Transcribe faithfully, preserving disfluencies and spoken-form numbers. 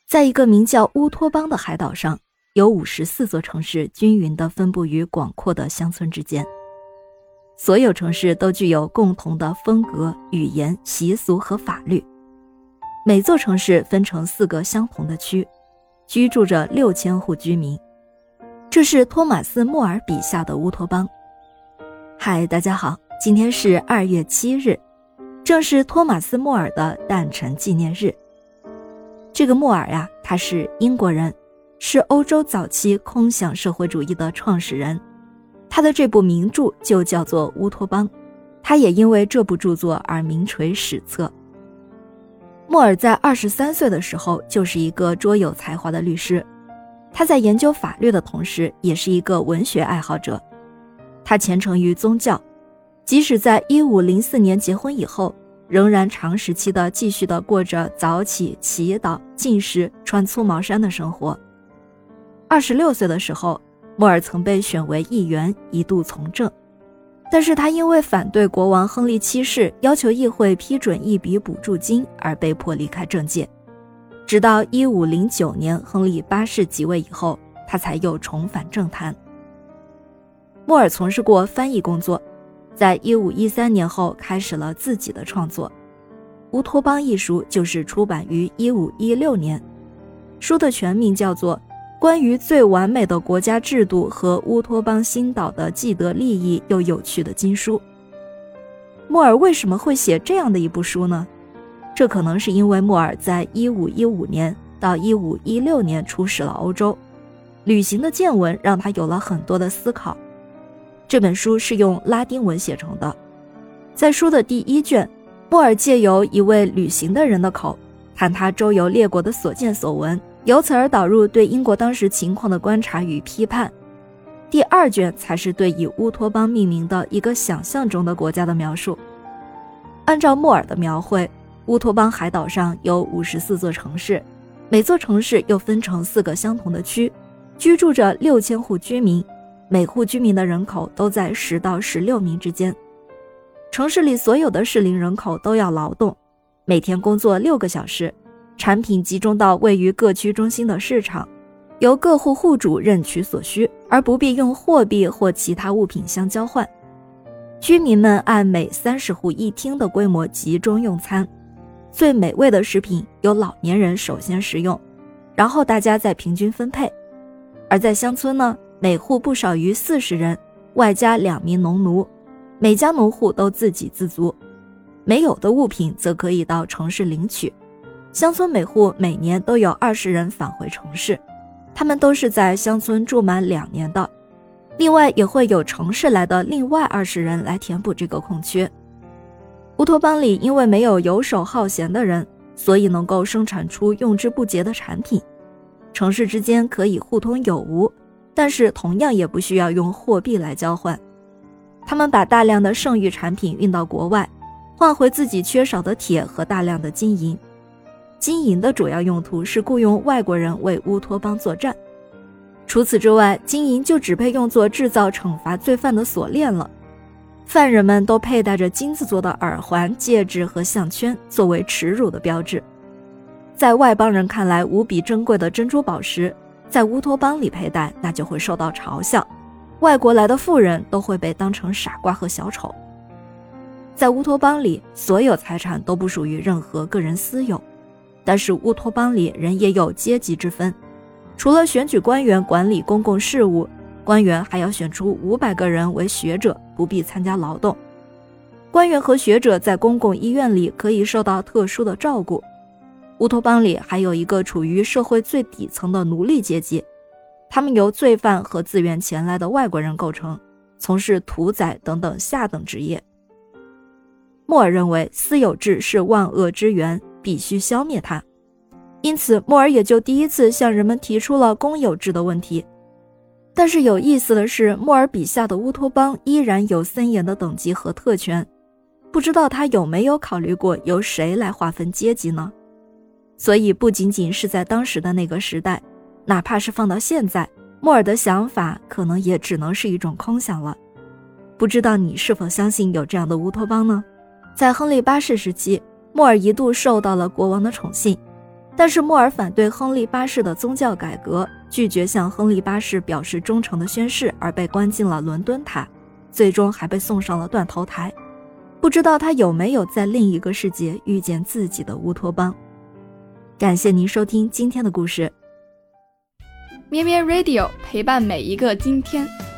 在一个名叫乌托邦的海岛上，有五十四座城市均匀地分布于广阔的乡村之间。所有城市都具有共同的风格、语言、习俗和法律。每座城市分成四个相同的区，居住着六千户居民。这是托马斯·莫尔笔下的乌托邦。嗨，大家好，今天是二月七日，正是托马斯·莫尔的诞辰纪念日。这个莫尔呀，他是英国人，是欧洲早期空想社会主义的创始人。他的这部名著就叫做《乌托邦》，他也因为这部著作而名垂史册。莫尔在二十三岁的时候就是一个卓有才华的律师，他在研究法律的同时也是一个文学爱好者。他虔诚于宗教，即使在一五零四年结婚以后，仍然长时期地继续地过着早起、祈祷、进食、穿粗毛衫的生活。二十六岁的时候，莫尔曾被选为议员，一度从政，但是他因为反对国王亨利七世要求议会批准一笔补助金而被迫离开政界。直到一五零九年亨利八世即位以后，他才又重返政坛。莫尔从事过翻译工作，在一五一三年后开始了自己的创作。《乌托邦》一书就是出版于一五一六年，书的全名叫做《关于最完美的国家制度和乌托邦新岛的既得利益又有趣的经书》。莫尔为什么会写这样的一部书呢？这可能是因为莫尔在一五一五年到一五一六年出使了欧洲，旅行的见闻让他有了很多的思考。这本书是用拉丁文写成的。在书的第一卷，莫尔借由一位旅行的人的口，谈他周游列国的所见所闻，由此而导入对英国当时情况的观察与批判。第二卷才是对以乌托邦命名的一个想象中的国家的描述。按照莫尔的描绘，乌托邦海岛上有五十四座城市，每座城市又分成四个相同的区，居住着六千户居民，每户居民的人口都在十到十六名之间。城市里所有的适龄人口都要劳动，每天工作六个小时，产品集中到位于各区中心的市场，由各户户主任取所需，而不必用货币或其他物品相交换。居民们按每三十户一厅的规模集中用餐，最美味的食品由老年人首先食用，然后大家再平均分配。而在乡村呢，每户不少于四十人，外加两名农奴，每家农户都自给自足，没有的物品则可以到城市领取。乡村每户每年都有二十人返回城市，他们都是在乡村住满两年的，另外也会有城市来的另外二十人来填补这个空缺。乌托邦里因为没有游手好闲的人，所以能够生产出用之不竭的产品。城市之间可以互通有无，但是同样也不需要用货币来交换。他们把大量的剩余产品运到国外，换回自己缺少的铁和大量的金银。金银的主要用途是雇佣外国人为乌托邦作战。除此之外，金银就只配用作制造惩罚罪犯的锁链了。犯人们都佩戴着金子做的耳环、戒指和项圈，作为耻辱的标志。在外邦人看来无比珍贵的珍珠宝石，在乌托邦里佩戴，那就会受到嘲笑。外国来的富人都会被当成傻瓜和小丑。在乌托邦里，所有财产都不属于任何个人私有，但是乌托邦里人也有阶级之分。除了选举官员管理公共事务，官员还要选出五百个人为学者，不必参加劳动。官员和学者在公共医院里可以受到特殊的照顾。乌托邦里还有一个处于社会最底层的奴隶阶级，他们由罪犯和自愿前来的外国人构成，从事屠宰等等下等职业。莫尔认为私有制是万恶之源，必须消灭它，因此莫尔也就第一次向人们提出了公有制的问题。但是有意思的是，莫尔笔下的乌托邦依然有森严的等级和特权，不知道他有没有考虑过由谁来划分阶级呢？所以不仅仅是在当时的那个时代，哪怕是放到现在，莫尔的想法可能也只能是一种空想了。不知道你是否相信有这样的乌托邦呢？在亨利八世时期，莫尔一度受到了国王的宠幸， 但是莫尔反对亨利八世的宗教改革，拒绝向亨利八世表示忠诚的宣誓，而被关进了伦敦塔，最终还被送上了断头台。不知道他有没有在另一个世界遇见自己的乌托邦。感谢您收听今天的故事。 咩咩 Radio 陪伴每一个今天。